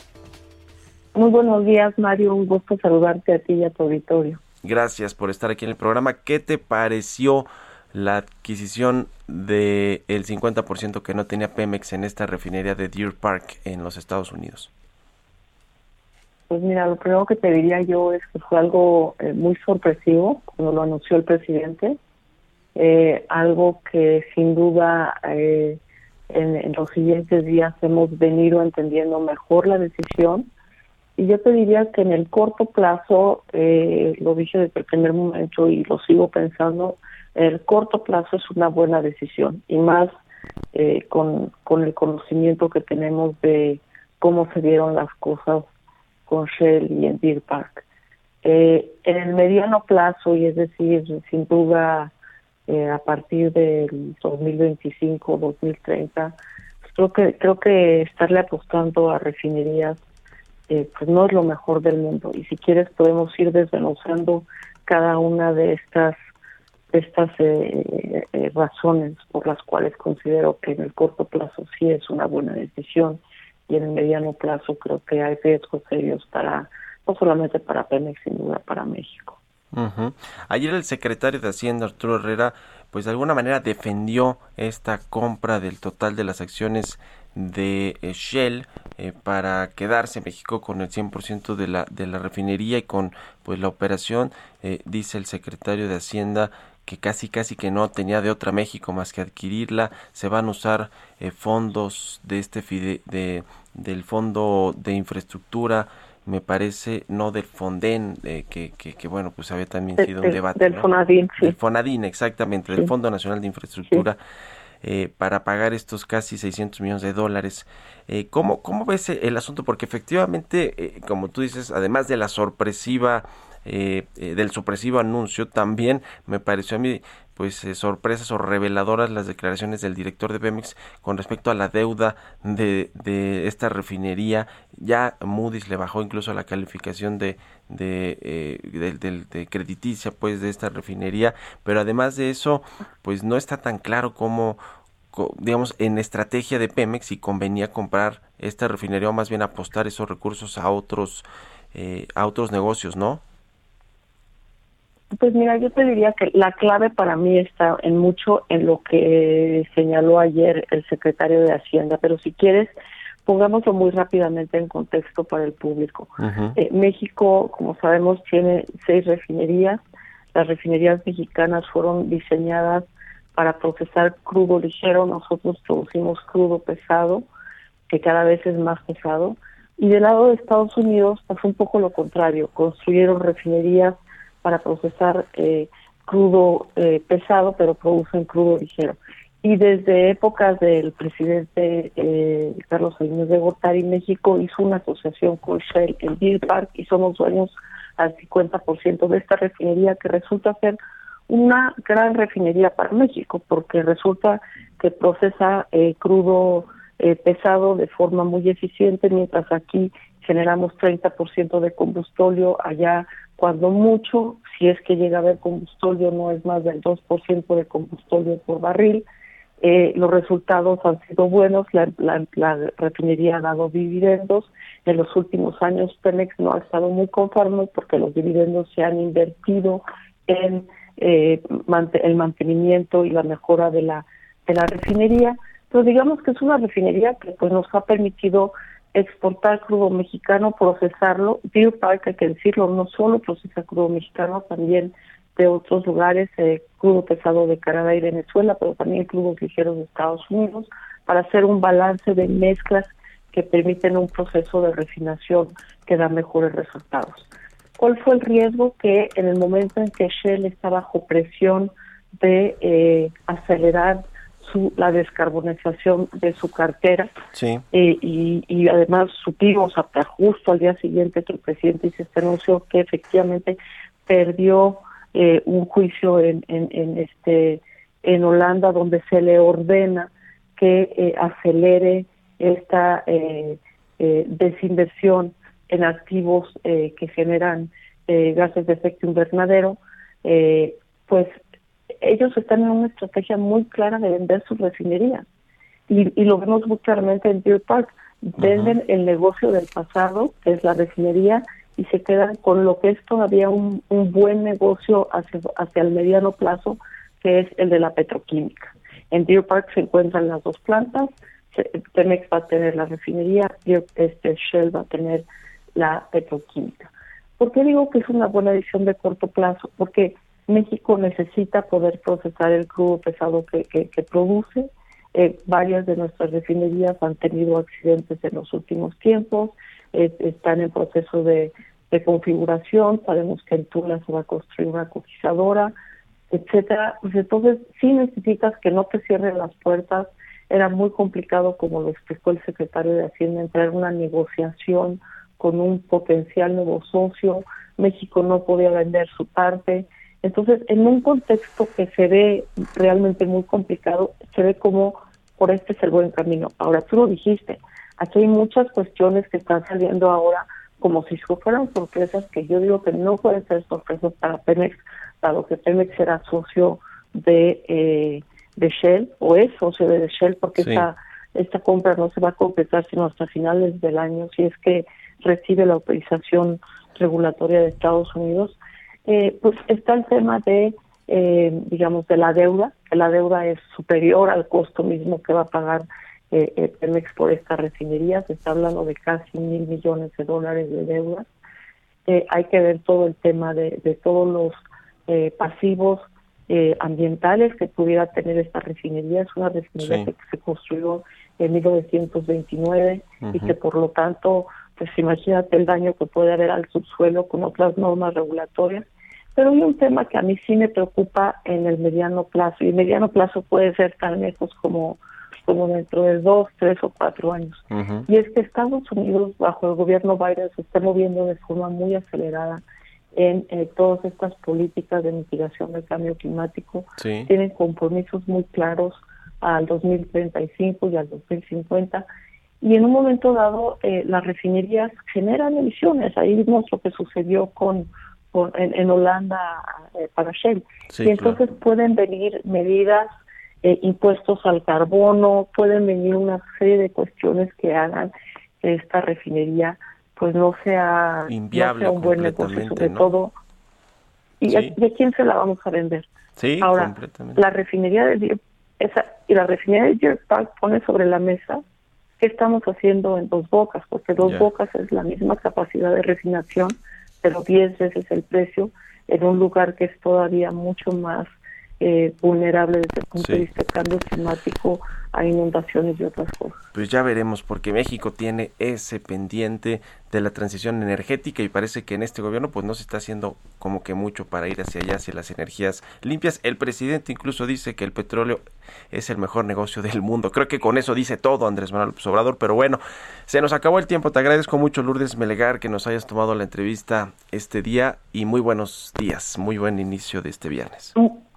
Muy buenos días, Mario. Un gusto saludarte a ti y a tu auditorio. Gracias por estar aquí en el programa. ¿Qué te pareció la adquisición del cincuenta por ciento que no tenía Pemex en esta refinería de Deer Park en los Estados Unidos? Pues mira, lo primero que te diría yo es que fue algo eh, muy sorpresivo cuando lo anunció el presidente. Eh, algo que sin duda eh, en, en los siguientes días hemos venido entendiendo mejor la decisión. Y yo te diría que en el corto plazo, eh, lo dije desde el primer momento y lo sigo pensando, en el corto plazo es una buena decisión, y más eh, con, con el conocimiento que tenemos de cómo se dieron las cosas con Shell y en Deer Park. Eh, en el mediano plazo, y es decir, sin duda eh, a partir del dos mil veinticinco, dos mil treinta, pues creo que creo que estarle apostando a refinerías Eh, pues no es lo mejor del mundo, y si quieres podemos ir desmenuzando cada una de estas de estas eh, eh, razones por las cuales considero que en el corto plazo sí es una buena decisión, y en el mediano plazo creo que hay riesgos serios para, no solamente para Pemex, sin duda para México. Uh-huh. Ayer el secretario de Hacienda, Arturo Herrera, pues de alguna manera defendió esta compra del total de las acciones de eh, Shell eh, para quedarse en México con el cien por ciento de la de la refinería y con pues la operación. Eh, dice el secretario de Hacienda que casi casi que no tenía de otra México más que adquirirla. Se van a usar eh, fondos de este fide, de del fondo de infraestructura, me parece, no del Fonden, eh, que, que, que bueno, pues había también de, sido un debate. Del ¿no? Fonadín, sí. Del Fonadín, exactamente, sí. Del Fondo Nacional de Infraestructura, sí. eh, para pagar estos casi seiscientos millones de dólares. Eh, ¿cómo, ¿Cómo ves el asunto? Porque efectivamente, eh, como tú dices, además de la sorpresiva, eh, eh, del sorpresivo anuncio, también me pareció a mí pues eh, sorpresas o reveladoras las declaraciones del director de Pemex con respecto a la deuda de, de esta refinería. Ya Moody's le bajó incluso la calificación de de, eh, de, de, de crediticia pues de esta refinería, pero además de eso pues no está tan claro cómo, co, digamos, en estrategia de Pemex si convenía comprar esta refinería o más bien apostar esos recursos a otros eh, a otros negocios, ¿no? Pues mira, yo te diría que la clave para mí está en mucho en lo que señaló ayer el secretario de Hacienda, pero si quieres, pongámoslo muy rápidamente en contexto para el público. Uh-huh. Eh, México, como sabemos, tiene seis refinerías. Las refinerías mexicanas fueron diseñadas para procesar crudo ligero. Nosotros producimos crudo pesado, que cada vez es más pesado. Y del lado de Estados Unidos pasó un poco lo contrario. Construyeron refinerías para procesar eh, crudo eh, pesado, pero producen crudo ligero. Y desde épocas del presidente eh, Carlos Salinas de Gortari, México hizo una asociación con Shell en Deer Park y somos dueños al cincuenta por ciento de esta refinería, que resulta ser una gran refinería para México, porque resulta que procesa eh, crudo eh, pesado de forma muy eficiente, mientras aquí generamos treinta por ciento de combustóleo, allá cuando mucho, si es que llega a haber combustóleo, no es más del dos por ciento de combustóleo por barril. Eh, los resultados han sido buenos, la, la, la refinería ha dado dividendos. En los últimos años Pemex no ha estado muy conforme porque los dividendos se han invertido en eh, mant- el mantenimiento y la mejora de la de la refinería. Pero digamos que es una refinería que pues nos ha permitido exportar crudo mexicano, procesarlo. Deer Park, hay que decirlo, no solo procesa crudo mexicano, también de otros lugares, eh, crudo pesado de Canadá y Venezuela, pero también crudos ligeros de Estados Unidos, para hacer un balance de mezclas que que permiten un proceso de refinación que da mejores resultados. ¿Cuál fue el riesgo? Que en el momento en que Shell está bajo presión de eh, acelerar su, la descarbonización de su cartera, sí. eh, y, y además supimos hasta justo al día siguiente que el presidente hizo este anuncio que efectivamente perdió eh, un juicio en, en, en este en Holanda donde se le ordena que eh, acelere esta eh, eh, desinversión en activos eh, que generan eh, gases de efecto invernadero, eh, pues ellos están en una estrategia muy clara de vender sus refinerías. Y, y lo vemos muy claramente en Deer Park. Venden uh-huh. el negocio del pasado, que es la refinería, y se quedan con lo que es todavía un, un buen negocio hacia, hacia el mediano plazo, que es el de la petroquímica. En Deer Park se encuentran las dos plantas, Pemex va a tener la refinería, este Shell va a tener la petroquímica. ¿Por qué digo que es una buena decisión de corto plazo? Porque México necesita poder procesar el crudo pesado que, que, que produce. Eh, varias de nuestras refinerías han tenido accidentes en los últimos tiempos, eh, están en proceso de, de configuración, sabemos que en Tula se va a construir una cotizadora, etcétera. Pues entonces sí necesitas que no te cierren las puertas. Era muy complicado, como lo explicó el secretario de Hacienda, entrar en una negociación con un potencial nuevo socio. México no podía vender su parte. Entonces, en un contexto que se ve realmente muy complicado, se ve como por este es el buen camino. Ahora, tú lo dijiste, aquí hay muchas cuestiones que están saliendo ahora como si fueran sorpresas, que yo digo que no pueden ser sorpresas para Pemex, dado que Pemex será socio de eh, de Shell, o es socio de Shell, porque sí. esta esta compra no se va a completar sino hasta finales del año, si es que recibe la autorización regulatoria de Estados Unidos. Eh, pues está el tema de, eh, digamos, de la deuda, que la deuda es superior al costo mismo que va a pagar eh, eh, Pemex por esta refinería. Se está hablando de casi mil millones de dólares de deuda. Eh, hay que ver todo el tema de, de todos los eh, pasivos eh, ambientales que pudiera tener esta refinería. Es una refinería sí. que se construyó en mil novecientos veintinueve uh-huh. y que por lo tanto, pues imagínate el daño que puede haber al subsuelo con otras normas regulatorias. Pero hay un tema que a mí sí me preocupa en el mediano plazo, y el mediano plazo puede ser tan lejos como, como dentro de dos, tres o cuatro años. Uh-huh. Y es que Estados Unidos, bajo el gobierno Biden, se está moviendo de forma muy acelerada en eh, todas estas políticas de mitigación del cambio climático. Sí. Tienen compromisos muy claros al dos mil treinta y cinco y al dos mil cincuenta. Y en un momento dado, eh, las refinerías generan emisiones. Ahí vimos lo que sucedió con En, en Holanda eh, para Shell. Sí, y entonces claro. pueden venir medidas, eh, impuestos al carbono, pueden venir una serie de cuestiones que hagan que esta refinería pues no sea, inviable, no sea un buen negocio, sobre ¿no? todo. ¿Y, sí. a, ¿y a quién se la vamos a vender? Sí, ahora, completamente. La refinería de Deer, esa, y la refinería de Deer Park pone sobre la mesa qué estamos haciendo en Dos Bocas, porque Dos yeah. Bocas es la misma capacidad de refinación, pero diez veces el precio, en un lugar que es todavía mucho más eh, vulnerable desde el punto sí. de vista del cambio climático, a inundaciones y otras cosas. Pues ya veremos, porque México tiene ese pendiente de la transición energética y parece que en este gobierno pues no se está haciendo como que mucho para ir hacia allá, hacia las energías limpias. El presidente incluso dice que el petróleo es el mejor negocio del mundo. Creo que con eso dice todo Andrés Manuel López Obrador, pero bueno, se nos acabó el tiempo. Te agradezco mucho, Lourdes Melegar, que nos hayas tomado la entrevista este día y muy buenos días, muy buen inicio de este viernes.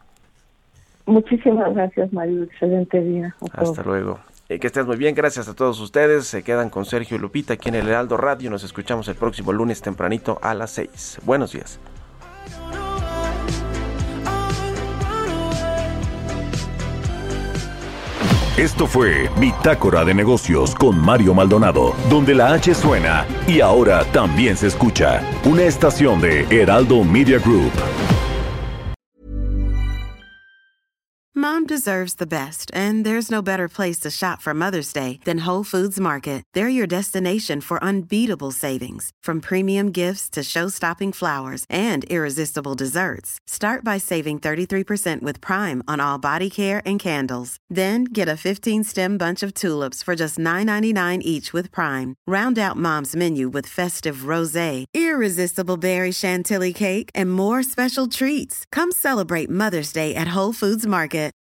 Muchísimas gracias, Mario. Excelente día. Hasta luego. Eh, que estés muy bien. Gracias a todos ustedes. Se quedan con Sergio y Lupita aquí en el Heraldo Radio. Nos escuchamos el próximo lunes tempranito a las seis. Buenos días. Esto fue Bitácora de Negocios con Mario Maldonado, donde la H suena y ahora también se escucha. Una estación de Heraldo Media Group. Mom deserves the best, and there's no better place to shop for Mother's Day than Whole Foods Market. They're your destination for unbeatable savings, from premium gifts to show-stopping flowers and irresistible desserts. Start by saving thirty-three percent with Prime on all body care and candles. Then get a fifteen-stem bunch of tulips for just nine ninety-nine each with Prime. Round out Mom's menu with festive rosé, irresistible berry chantilly cake, and more special treats. Come celebrate Mother's Day at Whole Foods Market.